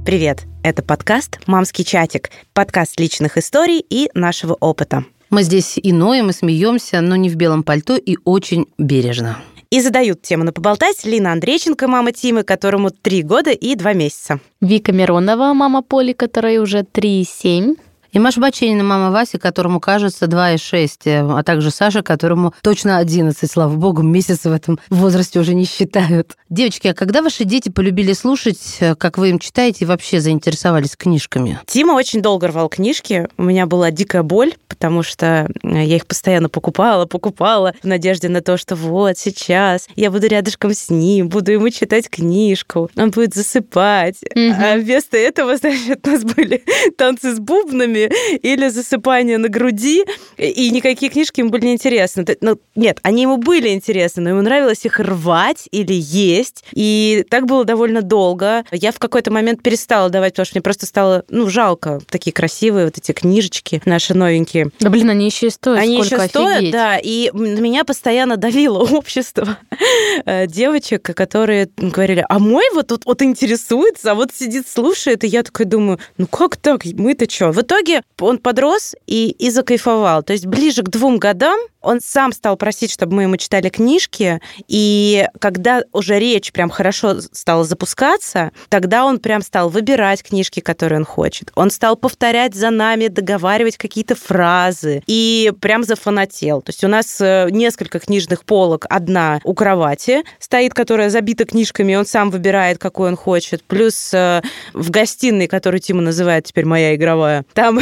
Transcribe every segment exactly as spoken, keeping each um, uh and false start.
Привет! Это подкаст «Мамский чатик», подкаст личных историй и нашего опыта. Мы здесь и ноем, и смеемся, но не в белом пальто и очень бережно. И задают тему на поболтать Лина Андрейченко, мама Тимы, которому три года и два месяца. Вика Миронова, мама Поли, которой уже три и семь. И Маша Баченина, мама Васи, которому, кажется, два и шесть, а также Саша, которому точно одиннадцать, слава богу, месяцы в этом возрасте уже не считают. Девочки, а когда ваши дети полюбили слушать, как вы им читаете, и вообще заинтересовались книжками? Тима очень долго рвал книжки. У меня была дикая боль, потому что я их постоянно покупала, покупала в надежде на то, что вот сейчас я буду рядышком с ним, буду ему читать книжку, он будет засыпать. Mm-hmm. А вместо этого, значит, у нас были танцы с бубнами, или засыпание на груди, и никакие книжки ему были неинтересны. Ну, нет, они ему были интересны, но ему нравилось их рвать или есть, и так было довольно долго. Я в какой-то момент перестала давать, потому что мне просто стало, ну, жалко такие красивые вот эти книжечки наши новенькие. Да, блин, они еще и стоят. Они сколько, еще стоят, офигеть. Да, и на меня постоянно давило общество девочек, которые говорили, а мой вот, вот, вот интересуется, а вот сидит, слушает, и я такая думаю, ну как так, мы-то что? В итоге он подрос и, и закайфовал. То есть ближе к двум годам он сам стал просить, чтобы мы ему читали книжки, и когда уже речь прям хорошо стала запускаться, тогда он прям стал выбирать книжки, которые он хочет. Он стал повторять за нами, договаривать какие-то фразы, и прям зафанател. То есть у нас несколько книжных полок, одна у кровати стоит, которая забита книжками, и он сам выбирает, какой он хочет, плюс в гостиной, которую Тима называет теперь «моя игровая», там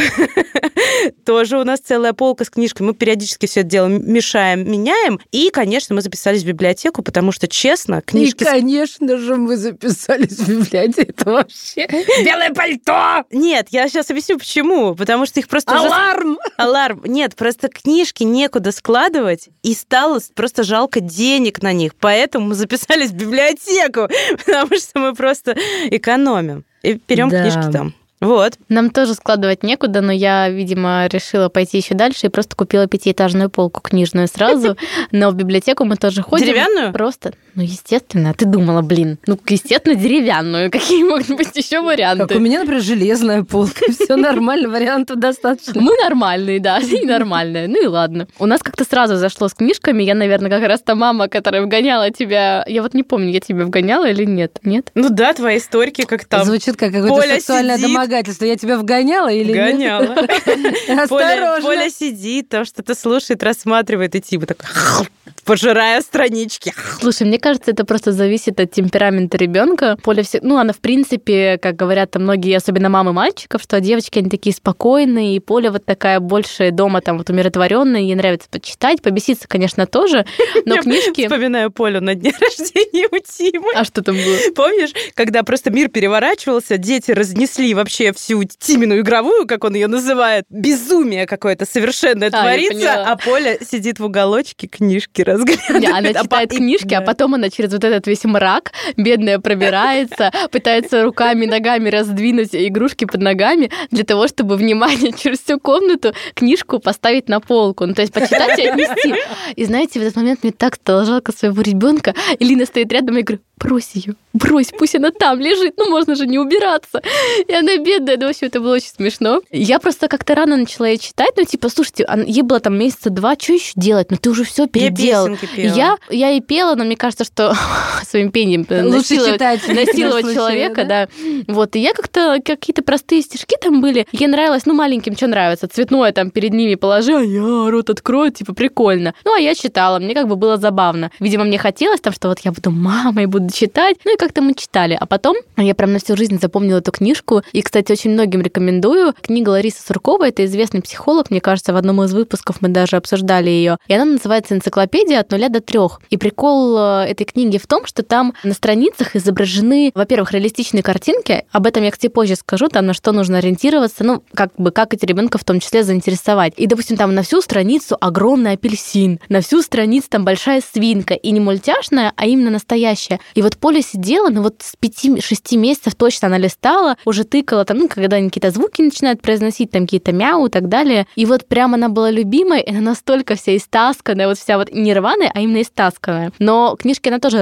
тоже у нас целая полка с книжками. Мы периодически все это дело мешаем, меняем. И, конечно, мы записались в библиотеку, потому что, честно, книжки... И, конечно же, мы записались в библиотеку. Это вообще белое пальто! Нет, я сейчас объясню, почему. Потому что их просто... Аларм! Уже... Аларм! Нет, просто книжки некуда складывать, и стало просто жалко денег на них. Поэтому мы записались в библиотеку, потому что мы просто экономим. И берем да. книжки там. Вот. Нам тоже складывать некуда, но я, видимо, решила пойти еще дальше и просто купила пятиэтажную полку книжную сразу. Но в библиотеку мы тоже ходим. Деревянную? Просто. Ну, естественно. Ты думала, блин. Ну, естественно, деревянную. Какие могут быть еще варианты? Как у меня, например, железная полка. Все нормально, вариантов достаточно. Мы нормальные, да, и нормальные. Ну и ладно. У нас как-то сразу зашло с книжками. Я, наверное, как раз та мама, которая вгоняла тебя... Я вот не помню, я тебя вгоняла или нет? Нет? Ну да, твои историки как там. Звучит как какое-то сексуальное домогательство. Я тебя вгоняла или Вгоняла. нет? Осторожно. Поля сидит, там что-то слушает, рассматривает, и типа так пожирая странички. Слушай, мне кажется, это просто зависит от темперамента ребенка. Поля все, ну, она в принципе, как говорят там многие, особенно мамы мальчиков, что девочки они такие спокойные, и Поля вот такая больше дома там вот умиротворенная, ей нравится почитать, побеситься, конечно, тоже, но книжки. Я вспоминаю Полю на дне рождения у Тимы. А что там было? Помнишь, когда просто мир переворачивался, дети разнесли вообще всю Тимину игровую, как он ее называет, безумие какое-то совершенное а, творится, а Поля сидит в уголочке, книжки разглядывает. Не, она читает книжки, а потом она через вот этот весь мрак, бедная, пробирается, пытается руками, ногами раздвинуть игрушки под ногами для того, чтобы, внимание, через всю комнату книжку поставить на полку. Ну, то есть почитать и отнести. И знаете, в этот момент мне так стало жалко своего ребенка. И Лина стоит рядом, и я говорю, брось ее, брось, пусть она там лежит, ну можно же не убираться. И она бедная, ну, в общем, это было очень смешно. Я просто как-то рано начала ей читать, ну, типа, слушайте, ей было там месяца два, что еще делать? Ну, ты уже все переделал. Я, я и пела, но мне кажется, что своим пением насиловать, насиловать человека, да. Вот, и я как-то, какие-то простые стишки там были, ей нравилось, ну, маленьким что нравится, цветное там перед ними положи, а я рот открою, типа, прикольно. Ну, а я читала, мне как бы было забавно. Видимо, мне хотелось там, что вот я буду мамой, буду читать, ну, и как-то мы читали. А потом я прям на всю жизнь запомнила эту книжку, и, кстати, очень многим рекомендую. Книга Ларисы Сурковой, это известный психолог, мне кажется, в одном из выпусков мы даже обсуждали ее, и она называется «Энциклопедия от нуля до трех». И прикол этой книги в том, что там на страницах изображены, во-первых, реалистичные картинки, об этом я, кстати, позже скажу, там на что нужно ориентироваться, ну, как бы, как эти ребенка в том числе заинтересовать. И, допустим, там на всю страницу огромный апельсин, на всю страницу там большая свинка, и не мультяшная, а именно настоящая. И вот Поля сидела, ну вот с пяти-шести месяцев точно она листала, уже тыкала там, ну, когда они какие-то звуки начинают произносить, там какие-то мяу и так далее. И вот прям она была любимой, и она настолько вся истасканная, вот вся вот не рваная, а именно истасканная. Но книжки она тоже рвала,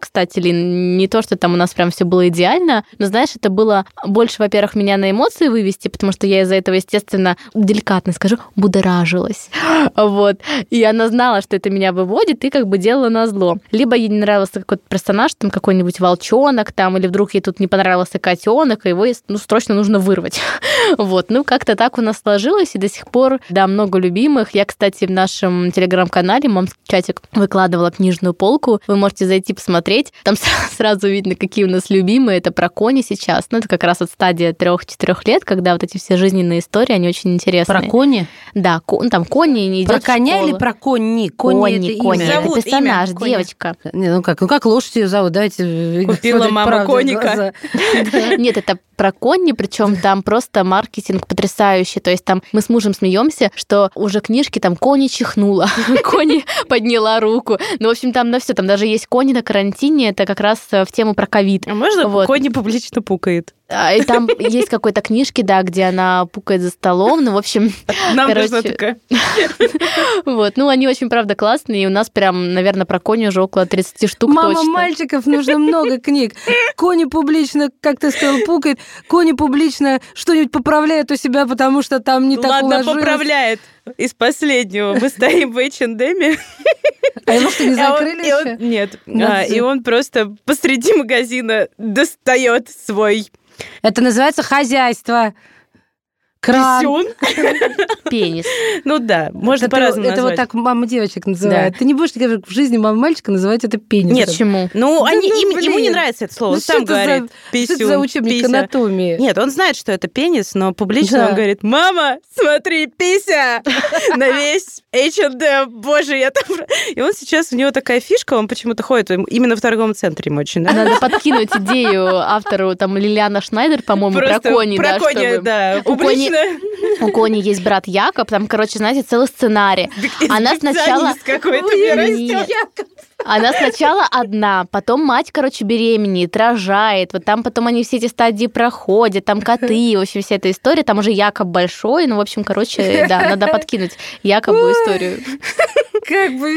кстати, Лин, не то, что там у нас прям все было идеально, но, знаешь, это было больше, во-первых, меня на эмоции вывести, потому что я из-за этого, естественно, деликатно скажу, будоражилась. Вот. И она знала, что это меня выводит, и как бы делала назло. Либо ей не нравился какой-то персонаж, там какой-нибудь волчонок, там, или вдруг ей тут не понравился котенок, и его, ну, срочно нужно вырвать. Вот. Ну, как-то так у нас сложилось, и до сих пор, да, много любимых. Я, кстати, в нашем телеграм-канале «Мамский чатик» выкладывала книжную полку. Вы можете зайти посмотреть. Там сразу видно, какие у нас любимые. Это про Кони сейчас. Ну, это как раз от стадии трех-четырех лет, когда вот эти все жизненные истории, они очень интересные. Про Кони? Да, там Кони не идет. Про коня или про Кони? Кони, это Кони. имя. Это персонаж, имя, девочка. Не, ну как, ну как лошадь ее зовут? Давайте. Купила мама коника. Нет, это про Кони, причем там просто маркетинг потрясающий. То есть там мы с мужем смеемся, что уже книжки там Кони чихнула, Кони подняла руку. Ну, в общем, там на все. Там даже есть Кони на карантине. Это как раз в тему про ковид. А можно вот. Кони публично пукает? И там есть какой-то книжки, да, где она пукает за столом. Ну, в общем, нам короче... нужна такая. Вот. Ну, они очень, правда, классные. И у нас прям, наверное, про Кони уже около тридцати штук Мама точно. мальчиков, нужно много книг. Кони публично, как ты сказал, пукает. Кони публично что-нибудь поправляет у себя, потому что там не так уложилось. Ладно, поправляет. Из последнего. Мы стоим в эйч энд эм. А его что, не закрыли еще? Нет. И он просто посреди магазина достает свой... Это называется хозяйство. Кран. Пенис. Ну да, можно это, по-разному это назвать. Вот так мама девочек называет. Да. Ты не будешь никогда в жизни мама мальчика называть это пенис. Нет, почему? Ну, да, они, ну им, ему не нравится это слово. Ну, он сам говорит за, писюн, что это за учебник пися. анатомии? Нет, он знает, что это пенис, но публично да. он говорит: мама, смотри, пися на весь эйч энд эм. Боже, я там... И он сейчас, у него такая фишка, он почему-то ходит именно в торговом центре ему очень нравится. Надо подкинуть идею автору, там, Лилиана Шнайдер, по-моему, про Кони, про да, Кони, чтобы... да, публично. У Кони есть брат Якоб, там, короче, знаете, целый сценарий. Она сначала... какой-то мне растет. Она сначала одна, потом мать, короче, беременеет, рожает, вот там потом они все эти стадии проходят, там коты, в общем, вся эта история, там уже Якоб большой, ну, в общем, короче, да, надо подкинуть Якобу историю. Как бы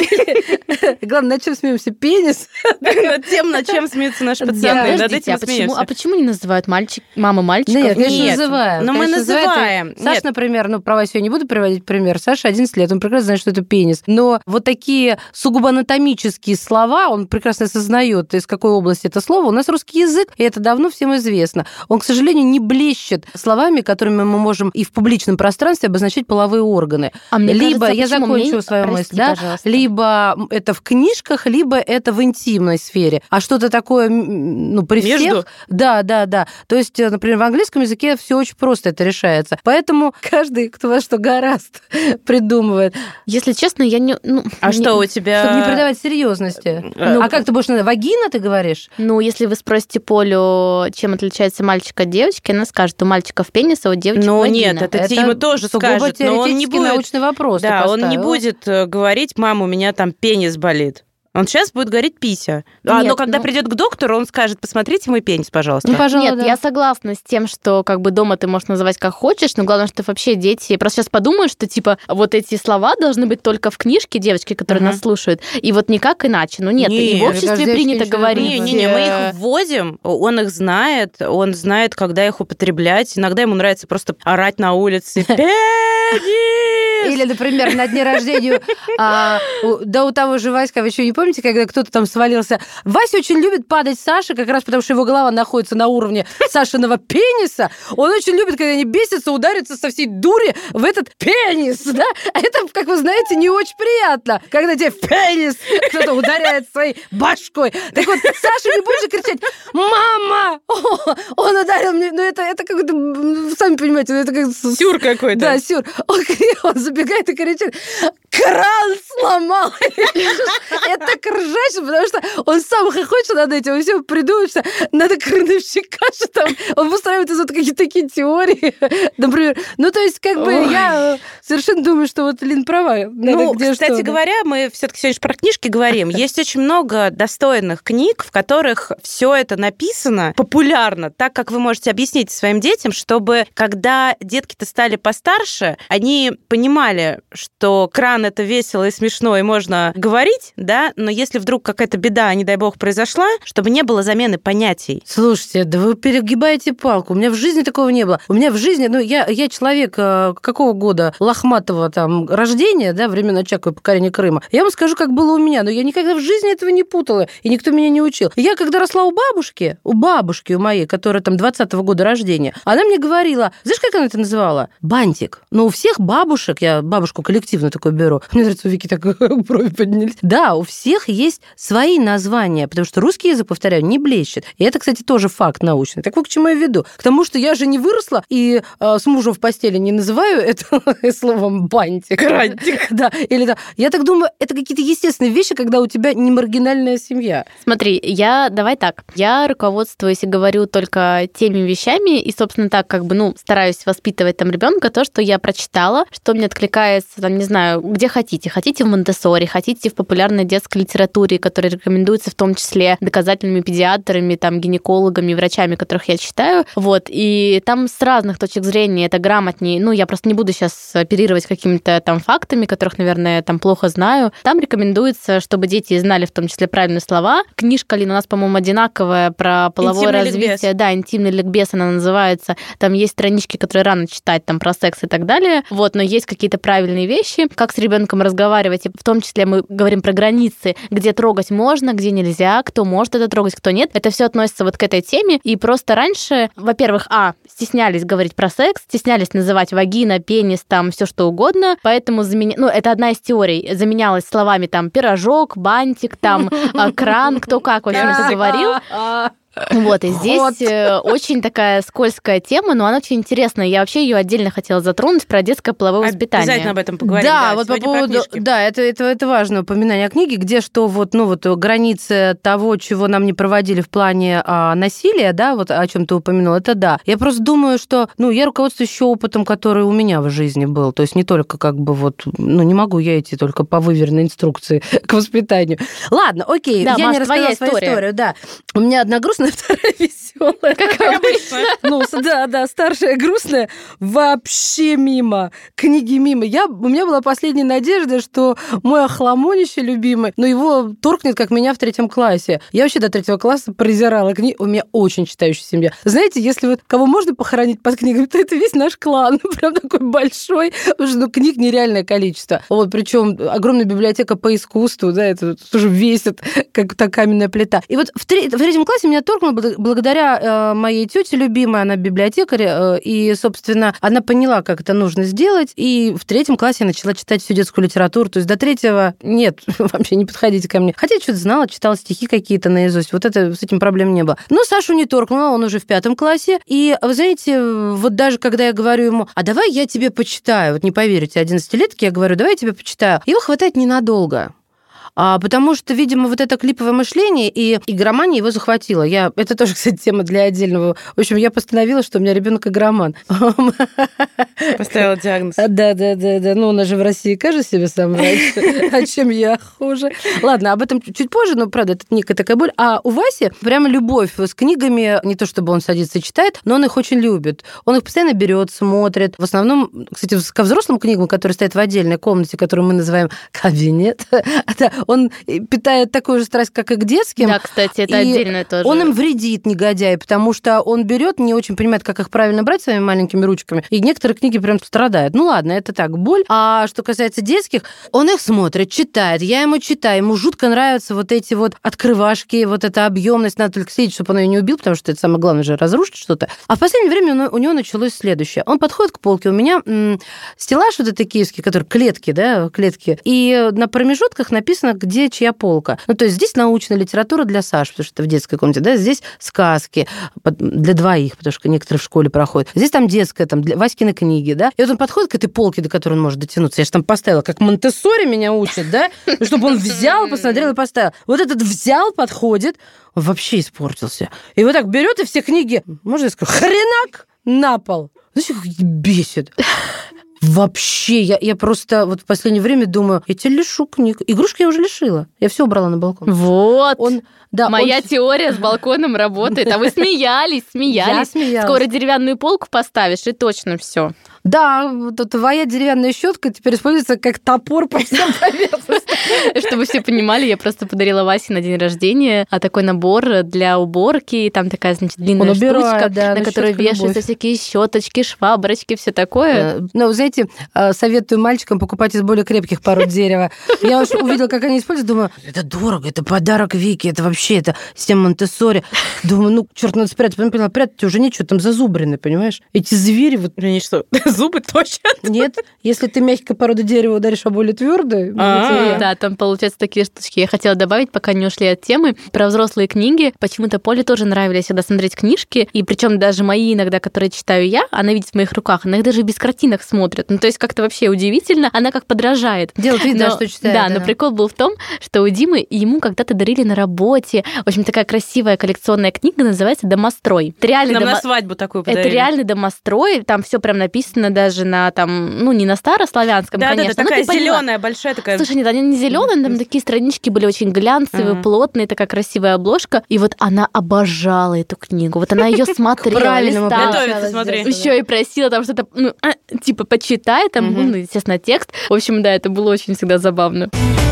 веселее. Главное, над чем смеемся? Пенис? Над тем, над чем смеются наши пациенты. Над этим а почему, смеемся. а почему не называют мальчик, мама мальчиков? Нет, конечно, Нет, называем. но мы конечно, называем. Саша, Нет. например, ну, про Васю я не буду приводить пример. Саша одиннадцать лет, он прекрасно знает, что это пенис. Но вот такие сугубо анатомические слова, он прекрасно осознает, из какой области это слово. У нас русский язык, и это давно всем известно. Он, к сожалению, не блещет словами, которыми мы можем и в публичном пространстве обозначать половые органы. А мне либо, кажется, я закончу мне... свою Прости, мысль, да, пожалуйста. либо это в книжках, либо это в интимной сфере. А что-то такое, ну, при Между? всех... Да, да, да. То есть, например, в английском языке все очень просто это решается. Поэтому каждый, кто во что горазд, придумывает. Если честно, я не... Ну, А не... что у тебя... Чтобы не придавать серьезности. Ну, а как ты будешь... Вагина, ты говоришь? Ну, если вы спросите Полю, чем отличается мальчик от девочки, она скажет, у мальчиков пенис, а у девочек Ну, вагина. нет, это Тима тоже скажет, но он не будет... научный вопрос. Да, он не будет говорить: мама, у меня там пенис болит. Он сейчас будет говорить пися. А, Нет, но когда ну... придет к доктору, он скажет: посмотрите мой пенис, пожалуйста. Ну, пожалуй, Нет, да. я согласна с тем, что как бы дома ты можешь называть как хочешь, но главное, что вообще дети просто сейчас подумают, что типа вот эти слова должны быть только в книжке, девочки, которые Ага. нас слушают, и вот никак иначе. Ну нет, Не, и в обществе кажется, принято девочки говорить. ничего не Не-не-не, мы э, их вводим, он их знает, он знает, когда их употреблять. Иногда ему нравится просто орать на улице: пенис! Или, например, на дне рождения, а, у, да у того же Васька, вы еще не помните, когда кто-то там свалился? Вася очень любит падать Саше, как раз потому, что его голова находится на уровне Сашиного пениса. Он очень любит, когда они бесятся, удариться со всей дури в этот пенис, да? Это, как вы знаете, не очень приятно, когда тебе в пенис кто-то ударяет своей башкой. Так вот, Саша не будет же кричать: мама! О, он ударил мне. Ну, это, это как-то, сами понимаете, это как... Сюр какой-то. Да, сюр. Он, он забегает и кричит: кран сломал! Это так ржачно, потому что он сам хохочет над этим, и все придумает, что надо крановщика, что там он устраивает из-за какие-то такие теории, например. Ну, то есть, как бы, Ой. я совершенно думаю, что вот Лин права. Ну, кстати говоря, мы все-таки сегодня про книжки говорим. Есть очень много достойных книг, в которых все это написано популярно, так как вы можете объяснить своим детям, чтобы, когда детки-то стали постарше, они понимали, что кран — это весело и смешно, и можно говорить, да, но если вдруг вдруг какая-то беда, не дай бог, произошла, чтобы не было замены понятий. Слушайте, да вы перегибаете палку. У меня в жизни такого не было. У меня в жизни, ну, я, я человек какого года лохматого там рождения, да, времен Очакова и покорения Крыма. Я вам скажу, как было у меня, но я никогда в жизни этого не путала, и никто меня не учил. Я когда росла у бабушки, у бабушки у моей, которая там двадцатого года рождения, она мне говорила, знаешь, как она это называла? Бантик. Но у всех бабушек, я бабушку коллективно такую беру, мне нравится, у Вики так брови поднялись. Да, у всех есть свои названия, потому что русский язык, повторяю, не блещет. И это, кстати, тоже факт научный. Так вот, к чему я веду? К тому, что я же не выросла и э, с мужем в постели не называю это словом бантик. Крантик. Да, или да. Я так думаю, это какие-то естественные вещи, когда у тебя не маргинальная семья. Смотри, я, давай так, я руководствуюсь и говорю только теми вещами, и, собственно, так как бы, ну, стараюсь воспитывать там ребенка то, что я прочитала, что мне откликается, там, не знаю, где хотите. Хотите в Монтессори, хотите в популярной детской литературе, которая рекомендуется в том числе доказательными педиатрами, там, гинекологами, врачами, которых я читаю. Вот, и там с разных точек зрения это грамотнее. Ну, я просто не буду сейчас оперировать какими-то там фактами, которых, наверное, там плохо знаю. Там рекомендуется, чтобы дети знали в том числе правильные слова. Книжка, Лина, у нас, по-моему, одинаковая про половое «Интимный развитие. ликбез». Да, «Интимный ликбез» она называется. Там есть странички, которые рано читать, там про секс и так далее. Вот, но есть какие-то правильные вещи, как с ребенком разговаривать. И в том числе мы говорим про границы, где трогать можно, где нельзя, кто может это трогать, кто нет. Это все относится вот к этой теме. И просто раньше, во-первых, а, стеснялись говорить про секс, стеснялись называть вагина, пенис, там, все что угодно. Поэтому заменя... ну, это одна из теорий. Заменялось словами там пирожок, бантик, там, кран, кто как, в общем, это говорил. Вот, и здесь вот. Очень такая скользкая тема, но она очень интересная. Я вообще ее отдельно хотела затронуть про детское половое воспитание. Обязательно об этом поговорим. Да, да вот по поводу... Да, это, это, это важное упоминание о книге, где что вот, ну, вот границы того, чего нам не проводили в плане а, насилия, да, вот о чем ты упомянул, это да. Я просто думаю, что, ну, я руководствуюсь еще опытом, который у меня в жизни был. То есть не только как бы вот, ну, не могу я идти только по выверенной инструкции к воспитанию. Ладно, окей, да, я Маш, не рассказала свою история. историю, да. У меня одна грустная, вторая веселая. Как обычно. Ну, да, да, старшая грустная вообще мимо. Книги мимо. Я, у меня была последняя надежда, что мой охламонище любимый, но его торкнет, как меня в третьем классе. Я вообще до третьего класса презирала книги. У меня очень читающая семья. Знаете, если вот кого можно похоронить под книгами, то это весь наш клан. Прям такой большой, потому что ну, книг нереальное количество. Вот, причем огромная библиотека по искусству, да, это тоже весит, как та каменная плита. И вот в, треть, в третьем классе меня торкнуло благодаря э, моей тете любимой, она библиотекарь, э, и, собственно, она поняла, как это нужно сделать, и в третьем классе я начала читать всю детскую литературу, то есть до третьего нет, вообще не подходите ко мне. Хотя я что-то знала, читала стихи какие-то наизусть, вот это, с этим проблем не было. Но Сашу не торкнула, он уже в пятом классе, и, вы знаете, вот даже когда я говорю ему, а давай я тебе почитаю, вот не поверите, одиннадцатилетки, я говорю, давай я тебе почитаю, его хватает ненадолго. А, потому что, видимо, вот это клиповое мышление и игромания его захватило. Я... Это тоже, кстати, тема для отдельного... В общем, я постановила, что у меня ребенок игроман. Поставила диагноз. Да, да, да, да. Ну, у нас же в России каждый себе сам врач, а чем я хуже. Ладно, об этом чуть позже, но, правда, это некая такая боль. А у Васи прямо любовь с книгами, не то чтобы он садится и читает, но он их очень любит. Он их постоянно берет, смотрит. В основном, кстати, ко взрослым книгам, которые стоят в отдельной комнате, которую мы называем кабинет, он питает такую же страсть, как и к детским. Да, кстати, это отдельное тоже. Он им вредит, негодяй, потому что он берет, не очень понимает, как их правильно брать своими маленькими ручками, и некоторые книги прям страдают. Ну ладно, это так, боль. А что касается детских, он их смотрит, читает, я ему читаю, ему жутко нравятся вот эти вот открывашки, вот эта объемность, надо только следить, чтобы он ее не убил, потому что это самое главное же, разрушить что-то. А в последнее время у него началось следующее. Он подходит к полке, у меня м- стеллаж вот этот киевский, который клетки, да, клетки, и на промежутках написано, где чья полка. Ну, то есть здесь научная литература для Саши, потому что это в детской комнате, да, здесь сказки для двоих, потому что некоторые в школе проходят. Здесь там детская, там, для Васькины книги, да. И вот он подходит к этой полке, до которой он может дотянуться. Я же там поставила, как Монтессори меня учат, да, чтобы он взял, посмотрел и поставил. Вот этот взял, подходит, он вообще испортился. И вот так берет и все книги, можно я скажу, хренак на пол. Знаете, как бесит. Вообще, я, я просто вот в последнее время думаю, я тебя лишу книг. Игрушки я уже лишила. Я все убрала на балкон. Вот. Он, да, Моя он... теория с балконом работает. А вы смеялись, смеялись. Я смеялась. Скоро деревянную полку поставишь, и точно все. Да, вот твоя деревянная щетка теперь используется как топор по всем поверхностям. Чтобы все понимали, я просто подарила Васе на день рождения такой набор для уборки. Там такая, значит, длинная штучка, на которой вешаются всякие щеточки, шваброчки, все такое. Ну, знаете, советую мальчикам покупать из более крепких пород дерева. Я уж увидела, как они используют, думаю, это дорого, это подарок Вике, это вообще, это система Монтессори. Думаю, ну, черт, надо спрятать. Потом поняла, прятать уже нечего, там зазубрены, понимаешь? Эти звери вот... Они что, зубы точно? Нет, если ты мягкой породы дерева ударишь о более твердой... Да, там получаются такие штучки. Я хотела добавить, пока не ушли от темы, про взрослые книги. Почему-то Поле тоже нравилось всегда смотреть книжки, и причем даже мои иногда, которые читаю я, она видит в моих руках, она их даже без картинок смотрит. Ну, то есть как-то вообще удивительно, она как подражает. Делает вид, да, что читает. Да, но прикол был в том, что у Димы ему когда-то дарили на работе. В общем, такая красивая коллекционная книга называется «Домострой». Это реальный Нам домо... на свадьбу такую подарили. Это реальный домострой, там все прям написано даже на там, ну, не на старославянском, да, конечно. Да, да, такая зеленая, большая такая. Слушай, нет, они не зеленые, там такие странички были очень глянцевые, uh-huh. плотные, такая красивая обложка. И вот она обожала эту книгу. Вот она ее смотрела, правильно, готовится, смотри. Еще и просила там что-то, ну, типа, почитай, там, uh-huh. ну, естественно, текст. В общем, да, это было очень всегда забавно.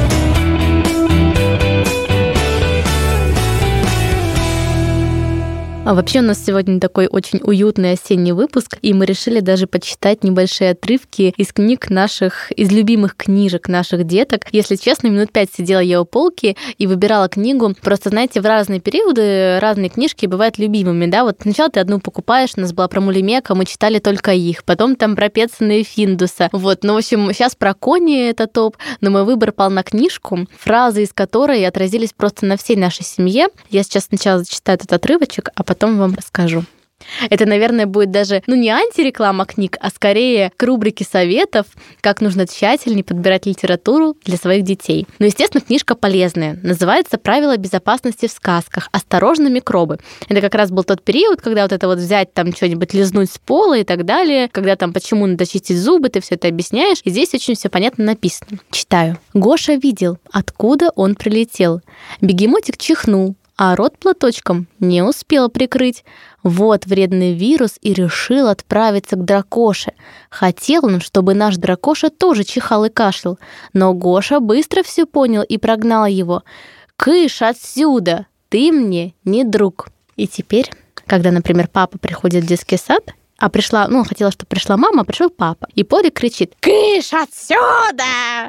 А вообще у нас сегодня такой очень уютный осенний выпуск, и мы решили даже почитать небольшие отрывки из книг наших, из любимых книжек наших деток. Если честно, минут пять сидела я у полки и выбирала книгу. Просто, знаете, в разные периоды разные книжки бывают любимыми, да? Вот сначала ты одну покупаешь, у нас была про Мулимека, мы читали только их, потом там про Петсона и Финдуса. Вот, ну, в общем, сейчас про Кони это топ, но мой выбор пал на книжку, фразы из которой отразились просто на всей нашей семье. Я сейчас сначала зачитаю этот отрывочек, а потом Потом вам расскажу. Это, наверное, будет даже, ну, не антиреклама книг, а скорее к рубрике советов, как нужно тщательнее подбирать литературу для своих детей. Ну, естественно, книжка полезная. Называется «Правила безопасности в сказках. Осторожно, микробы». Это как раз был тот период, когда вот это вот взять там что-нибудь, лизнуть с пола и так далее, когда там почему надо чистить зубы, ты все это объясняешь, и здесь очень все понятно написано. Читаю. Гоша видел, откуда он прилетел. Бегемотик чихнул, а рот платочком не успел прикрыть. Вот вредный вирус и решил отправиться к дракоше. Хотел он, чтобы наш дракоша тоже чихал и кашлял, но Гоша быстро все понял и прогнал его. «Кыш отсюда! Ты мне не друг!» И теперь, когда, например, папа приходит в детский сад, а пришла, ну, хотела, чтобы пришла мама, а пришел папа. И Поле кричит: «Кыш отсюда!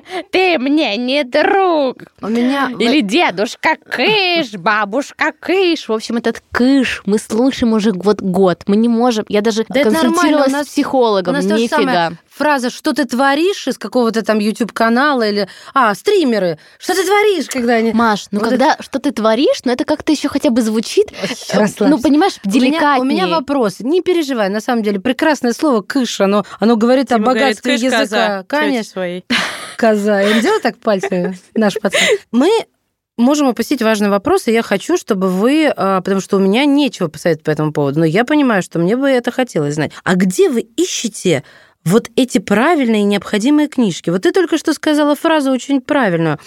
Ты мне не друг!» У меня... Или «Дедушка Кыш, бабушка Кыш». В общем, этот Кыш мы слушаем уже вот год. Мы не можем... Я даже да консультировалась с психологом. У нас Нифига. Фраза «что ты творишь» из какого-то там YouTube-канала или... А, стримеры. Что ты творишь, когда они... Маш, ну вот когда это... что ты творишь, ну это как-то еще хотя бы звучит, расслабься. Ну, понимаешь, деликатнее. У меня, у меня вопрос. Не переживай, на самом деле, прекрасное слово «кыш», оно, оно говорит Тима о богатстве говорит, языка. Коза, конечно. Своей. Коза. Я делаю так пальцами, наш пацан. Мы можем опустить важный вопрос, и я хочу, чтобы вы... Потому что у меня нечего посоветовать по этому поводу, но я понимаю, что мне бы это хотелось знать. А где вы ищете вот эти правильные и необходимые книжки? Вот ты только что сказала фразу очень правильную,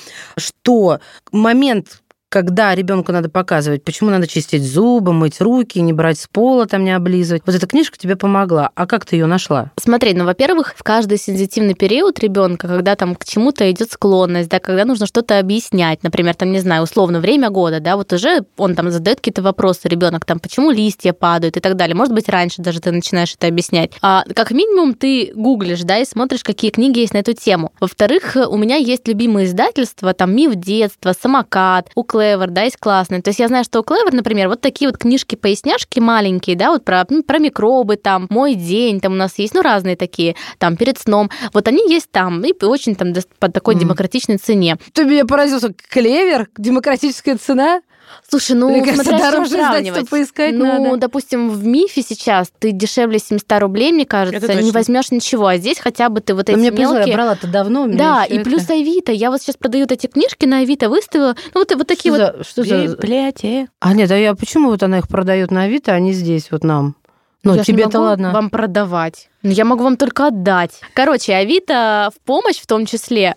что момент, когда ребенку надо показывать, почему надо чистить зубы, мыть руки, не брать с пола, там не облизывать. Вот эта книжка тебе помогла. А как ты ее нашла? Смотри, ну, во-первых, в каждый сензитивный период ребенка, когда там к чему-то идет склонность, да, когда нужно что-то объяснять, например, там, не знаю, условно, время года, да, вот уже он там задает какие-то вопросы, ребенок там, почему листья падают и так далее. Может быть, раньше даже ты начинаешь это объяснять. А как минимум ты гуглишь, да, и смотришь, какие книги есть на эту тему. Во-вторых, у меня есть любимые издательства, там, «Миф детства», «Самокат», у Clever, да, есть классные. То есть я знаю, что у Clever, например, вот такие вот книжки-поясняшки маленькие, да, вот про, про микробы, там, «Мой день», там у нас есть, ну, разные такие, там, перед сном. Вот они есть там, и очень там по такой mm. демократичной цене. Ты меня поразился. Clever? Демократическая цена? Слушай, ну, мне кажется, смотря дороже издательство поискать ну, надо. допустим, в Мифе сейчас ты дешевле семьсот рублей, мне кажется, не возьмешь ничего, а здесь хотя бы ты вот но эти мне мелкие... повезло, я брала-то давно. Да, и плюс это... Авито. Я вот сейчас продают эти книжки на Авито, выставила. Ну, вот, вот такие что вот... За, что за... Библиотека. А нет, а я почему вот она их продает на Авито, а не здесь вот нам? Ну, я тебе-то ладно. вам продавать. Я могу вам только отдать. Короче, Авито в помощь в том числе.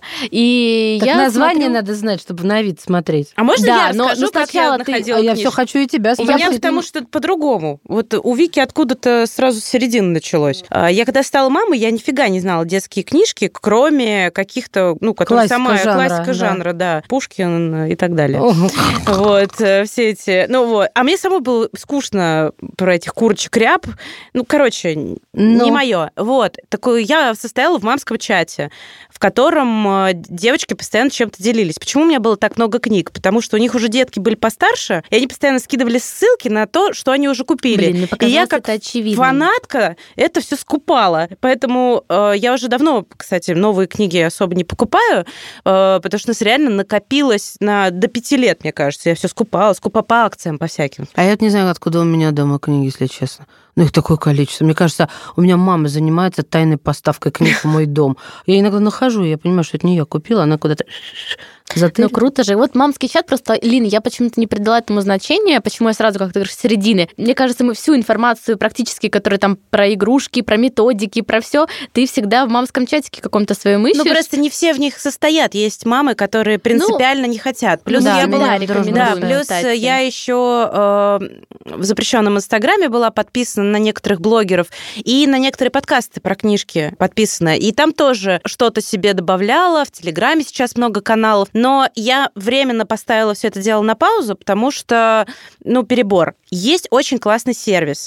И так я название смотрю... надо знать, чтобы на Авито смотреть. А можно да, я но, расскажу, но как я ты... находила А я книжку? все хочу и тебя У спросить. меня потому что по-другому. Вот у Вики откуда-то сразу с середины началось. Я когда стала мамой, я нифига не знала детские книжки, кроме каких-то, ну, которые Классика самая жанра, классика да. жанра, да, Пушкин и так далее. Ого. Вот, все эти... Ну, вот. А мне самой было скучно про этих курочек ряб. Ну, короче, Но. не мое. Вот. Такое я состояла в мамском чате, в котором девочки постоянно чем-то делились. Почему у меня было так много книг? Потому что у них уже детки были постарше, и они постоянно скидывали ссылки на то, что они уже купили. Блин, мне и показалось, я как это очевидно. фанатка это все скупала. Поэтому э, я уже давно, кстати, новые книги особо не покупаю, э, потому что у нас реально накопилось на до пяти лет, мне кажется. Я все скупала, скупала по акциям, по всяким. А я вот не знаю, откуда у меня дома книги, если честно. Ну, их такое количество. Мне кажется, у меня мама занимается тайной поставкой книг в мой дом. Я иногда нахожу, я понимаю, что это не я купила, она куда-то затырила. Ну, круто же. Вот мамский чат просто... Лин, я почему-то не придала этому значения, почему я сразу, как ты говоришь, с середины. Мне кажется, мы всю информацию практически, которая там про игрушки, про методики, про все, ты всегда в мамском чатике каком-то своем ищешь. Ну, просто не все в них состоят. Есть мамы, которые принципиально ну, не хотят. Плюс да, я была... Да, плюс кстати. я еще э, в запрещенном Инстаграме была подписана на некоторых блогеров и на некоторые подкасты про книжки подписана. И там тоже что-то себе добавляла. В Телеграме сейчас много каналов. Но я временно поставила все это дело на паузу, потому что, ну, перебор. Есть очень классный сервис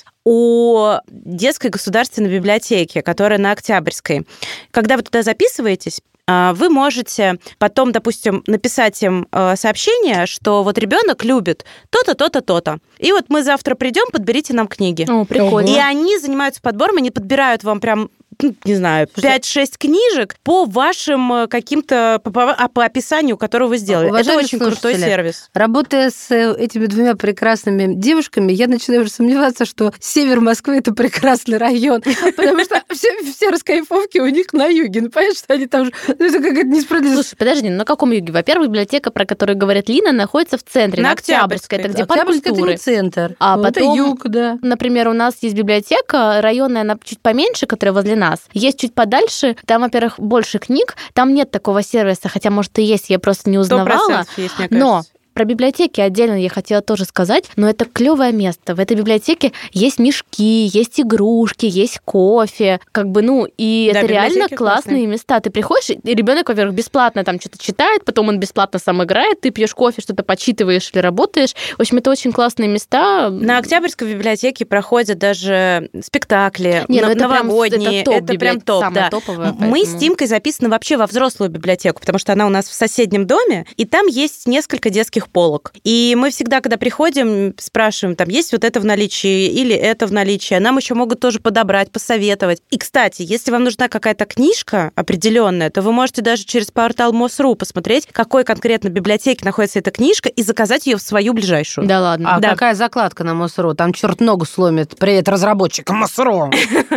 у детской государственной библиотеки, которая на Октябрьской. Когда вы туда записываетесь, вы можете потом, допустим, написать им сообщение, что вот ребенок любит то-то, то-то, то-то. И вот мы завтра придем, подберите нам книги. О, прикольно. И они занимаются подбором, они подбирают вам прям, не знаю, пять-шесть книжек по вашим каким-то, по, по, по описанию, которое вы сделали. Уважаемые Это очень крутой сервис. Работая с этими двумя прекрасными девушками, я начинаю уже сомневаться, что север Москвы – это прекрасный район, потому что все, все раскайфовки у них на юге. Ну, понятно, что они там же... Ну, это какая-то несправедливость. Слушай, подожди, на каком юге? Во-первых, библиотека, про которую говорит Лина, находится в центре, на, на Октябрьской. Это где парк культуры. Это не центр. А ну, потом, это юг, да. Например, у нас есть библиотека районная, она чуть поменьше, которая возле нас. Есть чуть подальше, там, во-первых, больше книг, там нет такого сервиса, хотя, может, и есть, я просто не узнавала. Есть, мне но про библиотеки отдельно я хотела тоже сказать, но это клевое место. В этой библиотеке есть мешки, есть игрушки, есть кофе, как бы, ну, и да, это реально классные, классные места. Ты приходишь, и ребенок, во-первых, бесплатно там что-то читает, потом он бесплатно сам играет, ты пьешь кофе, что-то почитываешь или работаешь. В общем, это очень классные места. На Октябрьской библиотеке проходят даже спектакли, Не, ну это новогодние. Прям, это, топ, это прям топ, да. Топовая, Мы поэтому... с Тимкой записаны вообще во взрослую библиотеку, потому что она у нас в соседнем доме, и там есть несколько детских полок. И мы всегда, когда приходим, спрашиваем, там есть вот это в наличии или это в наличии. Нам еще могут тоже подобрать, посоветовать. И, кстати, если вам нужна какая-то книжка определенная, то вы можете даже через портал МОСРУ посмотреть, какой конкретно библиотеке находится эта книжка, и заказать ее в свою ближайшую. Да ладно. А да. какая закладка на МОСРУ? Там черт ногу сломит. Привет, разработчик МОСРУ.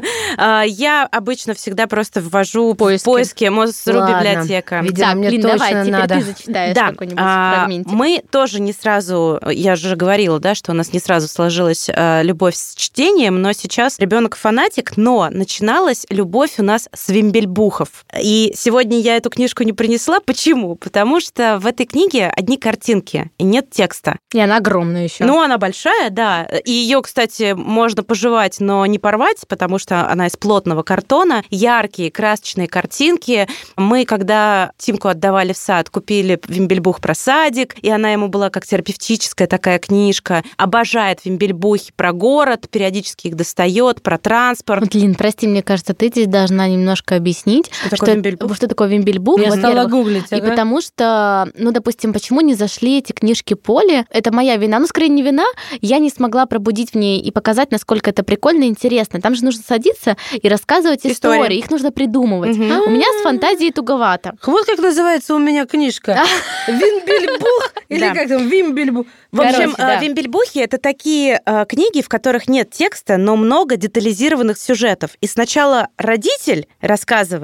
Я обычно всегда просто ввожу в поиске МОСРУ библиотека. Так, Лин, давай, теперь ты зачитаешь какой-нибудь фрагментик. Мы тоже не сразу, я же говорила, да, что у нас не сразу сложилась э, любовь с чтением, но сейчас ребенок фанатик, но начиналась любовь у нас с Вимбельбухов. И сегодня я эту книжку не принесла. Почему? Потому что в этой книге одни картинки и нет текста. И она огромная еще. Ну, она большая, да. И ее, кстати, можно пожевать, но не порвать, потому что она из плотного картона. Яркие, красочные картинки. Мы, когда Тимку отдавали в сад, купили Вимбельбух про садик, и она ему была как терапевтическая такая книжка. Обожает Вимбельбухи про город, периодически их достает, про транспорт. Вот, Лин, прости, мне кажется, ты здесь должна немножко объяснить, что, что, такое, Вимбельбух? что такое Вимбельбух. Я стала гуглить. Ага. И потому что, ну, допустим, почему не зашли эти книжки Поли? Это моя вина. Ну, скорее, не вина. Я не смогла пробудить в ней и показать, насколько это прикольно и интересно. Там же нужно садиться и рассказывать истории. истории. Их нужно придумывать. Угу. У меня с фантазией туговато. Вот как называется у меня книжка. Вимбельбух или как там? Вимбельбух. В общем, да. Вимбельбухи — это такие э, книги, в которых нет текста, но много детализированных сюжетов. И сначала родитель рассказывает,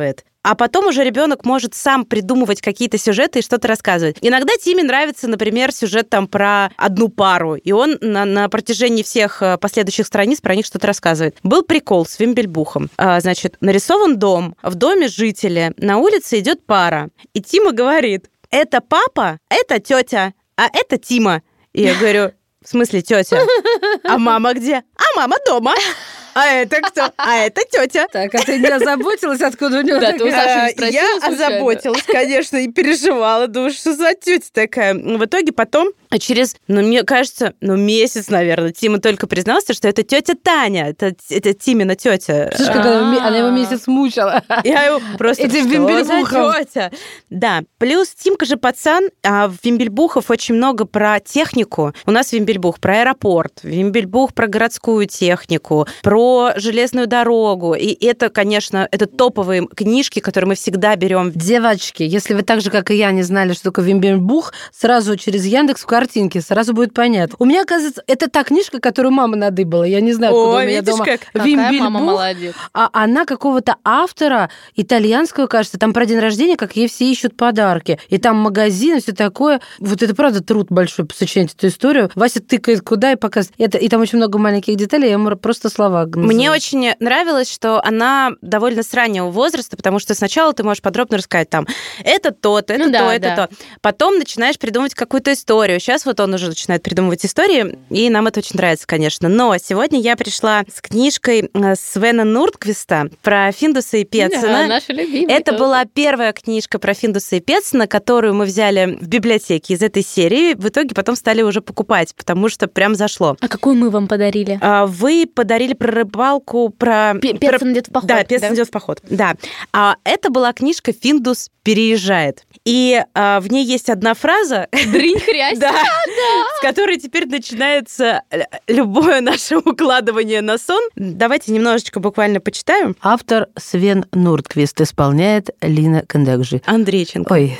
а потом уже ребенок может сам придумывать какие-то сюжеты и что-то рассказывать. Иногда Тиме нравится, например, сюжет там про одну пару, и он на, на протяжении всех последующих страниц про них что-то рассказывает. Был прикол с Вимбельбухом. А, значит, нарисован дом, в доме жители, на улице идет пара, и Тима говорит: это папа, это тетя, а это Тима. И я говорю: в смысле тетя? А мама где? А мама дома. А это кто? А это тетя. Так, а ты не озаботилась, откуда у него Да, ты у Саши не Я спросила случайно? озаботилась, конечно, и переживала. Думаю, что за тетя такая. В итоге потом, через, ну, мне кажется, ну, месяц, наверное, Тима только признался, что это тетя Таня. Это, это Тимина тетя. Слышишь, как она, она его месяц мучила. Я его просто... Этим что за Вимбельбухом. тетя? Да. Плюс Тимка же пацан, а в Вимбельбухов очень много про технику. У нас Вимбельбух про аэропорт, Вимбельбух про городскую технику, про железную дорогу. И это, конечно, это топовые книжки, которые мы всегда берем. Девочки, если вы так же, как и я, не знали, что такое Вимбельбух, сразу через Яндекс в картинке сразу будет понятно. У меня, оказывается, это та книжка, которую мама надыбала. Я не знаю, откуда О, у меня видишь, дома как? Какая мама молодец. А она какого-то автора итальянского, кажется, там про день рождения, как ей все ищут подарки. И там магазин, и все такое. Вот это правда труд большой сочинять эту историю. Вася тыкает куда и показывает. Это, и там очень много маленьких деталей, я ему просто слова называю. Мне очень нравилось, что она довольно с раннего возраста, потому что сначала ты можешь подробно рассказать там, это то-то, это Ну то, да, это да. то. Потом начинаешь придумывать какую-то историю. Сейчас вот он уже начинает придумывать истории, и нам это очень нравится, конечно. Но сегодня я пришла с книжкой Свена Нордквиста про Финдуса и Петсона. Да, наша любимая. Это была первая книжка про Финдуса и Петсона, которую мы взяли в библиотеке из этой серии. В итоге потом стали уже покупать, потому что прям зашло. А какую мы вам подарили? А, Вы подарили про рыбалку, про... Петсон идет в поход. Да, Петсон да? идет в поход. Да. А это была книжка «Финдус переезжает». И а, в ней есть одна фраза, Дрынь хрясь. да, с которой теперь начинается любое наше укладывание на сон. Давайте немножечко буквально почитаю. Автор Свен Нордквист, исполняет Лина Кандакжи. Андрейченко. Ой,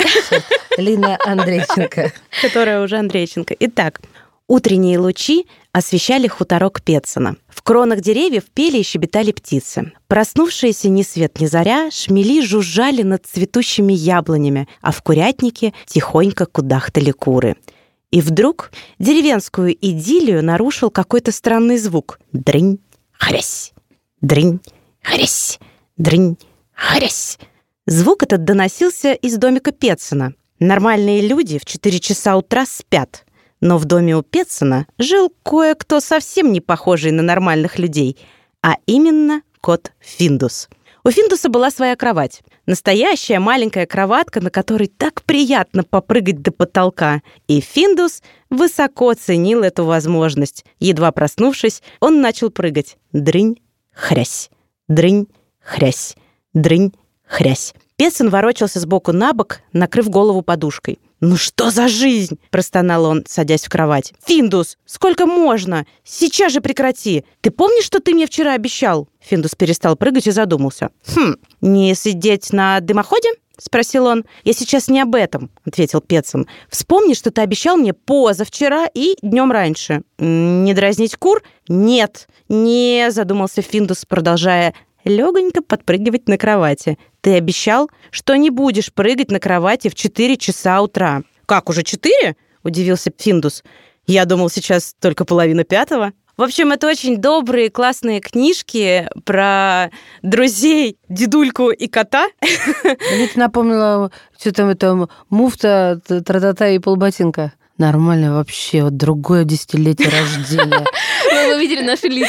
Лина Андрейченко. Которая уже Андрейченко. Итак. Утренние лучи освещали хуторок Петсона. В кронах деревьев пели и щебетали птицы. Проснувшиеся ни свет ни заря шмели жужжали над цветущими яблонями, а в курятнике тихонько кудахтали куры. И вдруг деревенскую идиллию нарушил какой-то странный звук. Дрынь, хрясь, дрынь, хрясь, дрынь, хрясь. Звук этот доносился из домика Петсона. Нормальные люди в четыре часа утра спят. Но в доме у Петсона жил кое-кто совсем не похожий на нормальных людей, а именно кот Финдус. У Финдуса была своя кровать. Настоящая маленькая кроватка, на которой так приятно попрыгать до потолка. И Финдус высоко ценил эту возможность. Едва проснувшись, он начал прыгать. Дрынь, хрясь, дрынь, хрясь, дрынь, хрясь. Петсон ворочался сбоку на бок, накрыв голову подушкой. «Ну что за жизнь?» – простонал он, садясь в кровать. «Финдус, сколько можно? Сейчас же прекрати! Ты помнишь, что ты мне вчера обещал?» Финдус перестал прыгать и задумался. «Хм, не сидеть на дымоходе?» – спросил он. «Я сейчас не об этом», – ответил Петсон. «Вспомни, что ты обещал мне позавчера и днем раньше. Не дразнить кур?» «Нет, не», – задумался Финдус, продолжая легонько подпрыгивать на кровати. «Ты обещал, что не будешь прыгать на кровати в четыре часа утра». «Как, уже четыре?» – удивился Финдус. «Я думал, сейчас только половина пятого». В общем, это очень добрые, классные книжки про друзей, дедульку и кота. Мне это напомнило, что там это муфта, тра-та-та и полботинка. Нормально вообще, вот другое десятилетие рождения. Вы видели наши лица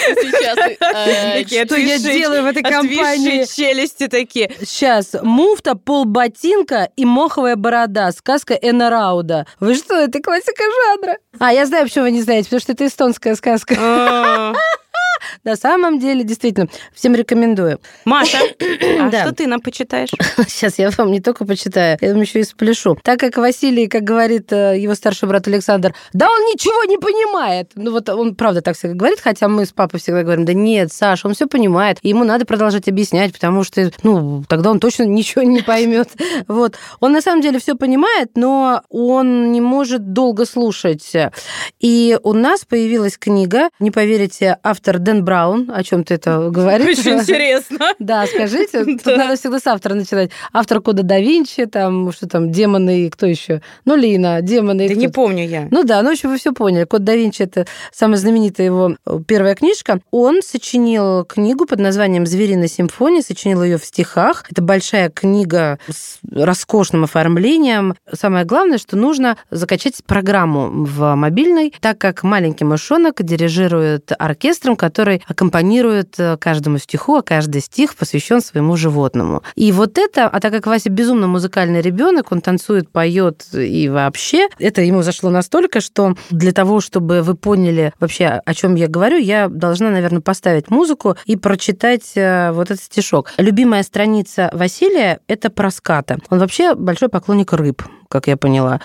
сейчас. Что я делаю в этой компании? Отвисшие челюсти такие. Сейчас. Муфта, полботинка и моховая борода. Сказка Эна Рауда. Вы что, это классика жанра? А, я знаю, почему вы не знаете, потому что это эстонская сказка. На самом деле, действительно, всем рекомендую. Маша, а Да. что ты нам почитаешь? Сейчас я вам не только почитаю, я вам еще и спляшу. Так как Василий, как говорит э, его старший брат Александр, да он ничего не понимает. Ну вот он правда так всегда говорит, хотя мы с папой всегда говорим, да нет, Саша, он все понимает, и ему надо продолжать объяснять, потому что, ну, тогда он точно ничего не поймет. Вот. Он на самом деле все понимает, но он не может долго слушать. И у нас появилась книга, не поверите, автор Дэн Браун, о чем ты это говоришь? Очень интересно. Да, скажите. Тут надо всегда с автора начинать. Автор Кода да Винчи, там, что там, демоны и кто еще? Ну, Лина, демоны и Да кто? не помню я. Ну да, ну, в общем, вы все поняли. Код да Винчи – это самая знаменитая его первая книжка. Он сочинил книгу под названием «Звериная симфония», сочинил ее в стихах. Это большая книга с роскошным оформлением. Самое главное, что нужно закачать программу в мобильной, так как маленький мышонок дирижирует оркестром, который аккомпанирует каждому стиху, а каждый стих посвящен своему животному. И вот это, а так как Вася безумно музыкальный ребенок, он танцует, поет и вообще, это ему зашло настолько, что для того, чтобы вы поняли вообще, о чем я говорю, я должна, наверное, поставить музыку и прочитать вот этот стишок. Любимая страница Василия – это про ската. Он вообще большой поклонник рыб, как я поняла.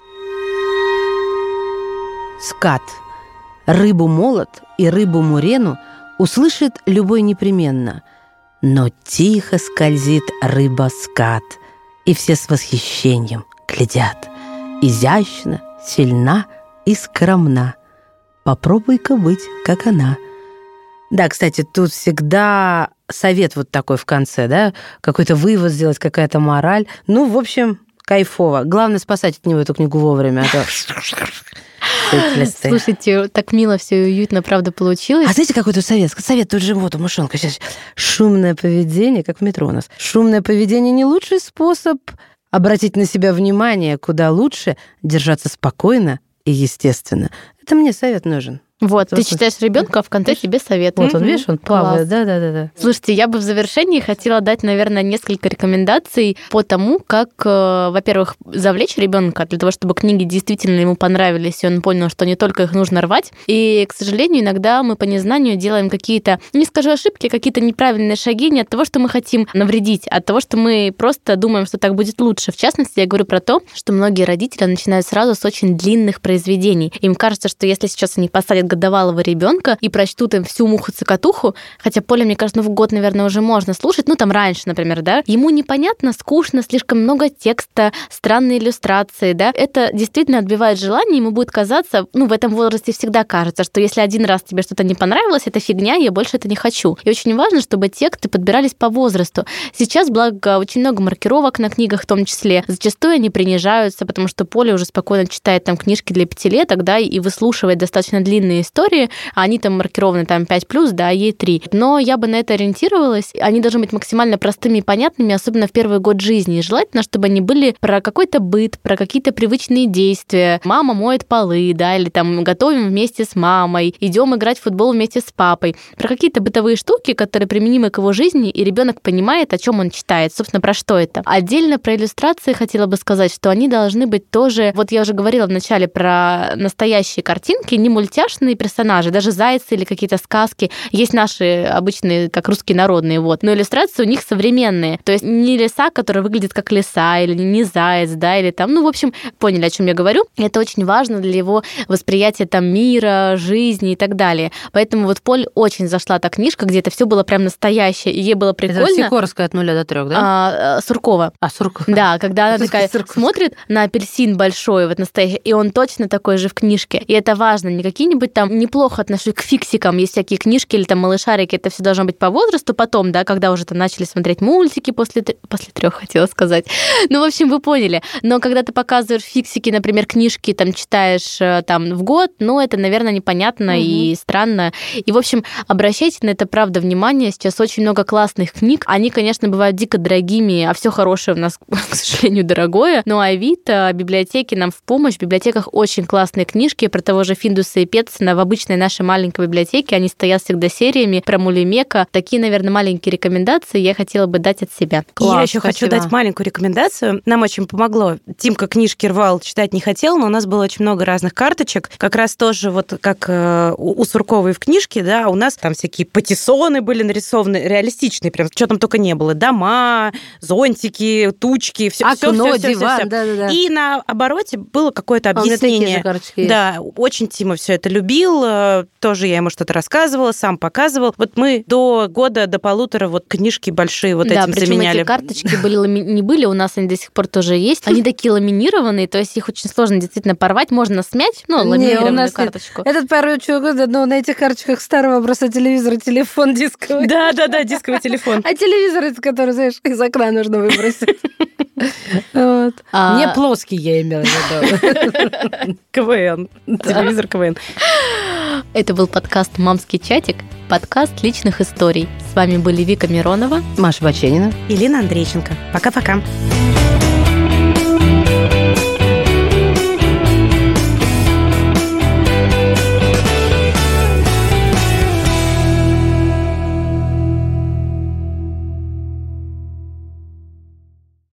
Скат. Рыбу молот и рыбу мурену услышит любой непременно. Но тихо скользит рыба-скат, и все с восхищением глядят. Изящна, сильна и скромна. Попробуй-ка быть, как она. Да, кстати, тут всегда совет вот такой в конце, да? Какой-то вывод сделать, какая-то мораль. Ну, в общем, кайфово. Главное спасать от него эту книгу вовремя. А то... Слушайте, так мило все и уютно, правда, получилось. А знаете, какой тут совет? Совет тут же вот у мышонка. Сейчас шумное поведение, как в метро у нас. Шумное поведение не лучший способ обратить на себя внимание, куда лучше держаться спокойно и естественно. Это мне совет нужен. Вот, ты читаешь ребенка, а в конце тебе совет. Вот он, видишь, он плавает. Да, да, да, да. Слушайте, я бы в завершении хотела дать, наверное, несколько рекомендаций по тому, как, во-первых, завлечь ребенка для того, чтобы книги действительно ему понравились, и он понял, что не только их нужно рвать. И, к сожалению, иногда мы по незнанию делаем какие-то, не скажу ошибки, какие-то неправильные шаги не от того, что мы хотим навредить, а от того, что мы просто думаем, что так будет лучше. В частности, я говорю про то, что многие родители начинают сразу с очень длинных произведений. Им кажется, что если сейчас они посадят годовалого ребенка и прочтут им всю муху-цокотуху, хотя Поля, мне кажется, ну, в год, наверное, уже можно слушать, ну, там раньше, например, да, ему непонятно, скучно, слишком много текста, странные иллюстрации, да, это действительно отбивает желание, ему будет казаться, ну, в этом возрасте всегда кажется, что если один раз тебе что-то не понравилось, это фигня, я больше это не хочу. И очень важно, чтобы тексты подбирались по возрасту. Сейчас, благо, очень много маркировок на книгах в том числе, зачастую они принижаются, потому что Поля уже спокойно читает там книжки для пятилеток, да, и выслушивает достаточно длинные истории, а они там маркированы там пять плюс, да, ей три. Но я бы на это ориентировалась. Они должны быть максимально простыми и понятными, особенно в первый год жизни. И желательно, чтобы они были про какой-то быт, про какие-то привычные действия. Мама моет полы, да, или там готовим вместе с мамой, идем играть в футбол вместе с папой. Про какие-то бытовые штуки, которые применимы к его жизни, и ребенок понимает, о чем он читает, собственно, про что это. Отдельно про иллюстрации хотела бы сказать, что они должны быть тоже, вот я уже говорила в начале про настоящие картинки, не мультяшные персонажи, даже зайцы или какие-то сказки. Есть наши обычные, как русские народные, вот. Но иллюстрации у них современные. То есть не лиса, которая выглядит как лиса, или не заяц, да, или там, ну, в общем, поняли, о чем я говорю. И это очень важно для его восприятия там мира, жизни и так далее. Поэтому вот Поль очень зашла та книжка, где это все было прям настоящее, и ей было прикольно. Это Сикорская от нуля до трех, да? А, Суркова. А, Суркова. Да, когда она такая смотрит на апельсин большой, вот настоящий, и он точно такой же в книжке. И это важно. Не какие-нибудь там неплохо отношусь к фиксикам, есть всякие книжки или там малышарики, это все должно быть по возрасту, потом, да, когда уже там начали смотреть мультики после, после трех, хотела сказать. Ну, в общем, вы поняли. Но когда ты показываешь фиксики, например, книжки, там, читаешь там в год, ну, это, наверное, непонятно угу. и странно. И, в общем, обращайте на это, правда, внимание. Сейчас очень много классных книг. Они, конечно, бывают дико дорогими, а все хорошее у нас, к сожалению, дорогое. Но Авито, библиотеки нам в помощь. В библиотеках очень классные книжки про того же Финдуса и Петсона в обычной нашей маленькой библиотеке. Они стоят всегда сериями про Мулимека. Такие, наверное, маленькие рекомендации я хотела бы дать от себя. Класс, я еще спасибо. Хочу дать маленькую рекомендацию. Нам очень помогло. Тимка книжки рвал, читать не хотел, но у нас было очень много разных карточек. Как раз тоже вот как у Сурковой в книжке, да, у нас там всякие патиссоны были нарисованы, реалистичные, прям, что там только не было. Дома, зонтики, тучки, все, окно, все, диван, все, да, да, да. И на обороте было какое-то объяснение. А у меня такие же карточки да, есть. Очень Тима все это любил. любил, тоже я ему что-то рассказывала, сам показывал. Вот мы до года, до полутора вот книжки большие вот да, этим заменяли. Эти карточки были, не были, у нас они до сих пор тоже есть. Они такие ламинированные, то есть их очень сложно действительно порвать, можно смять, ну, ламинированную не, карточку. Нет. Этот пару года, но на этих карточках старого образца телевизора телефон дисковый. Да-да-да, дисковый телефон. А телевизор, который, знаешь, из окна нужно выбросить. Не плоский, я имела в виду. КВН. Телевизор КВН. Это был подкаст «Мамский чатик», подкаст личных историй. С вами были Вика Миронова, Маша Баченина и Лина Андрейченко. Пока-пока.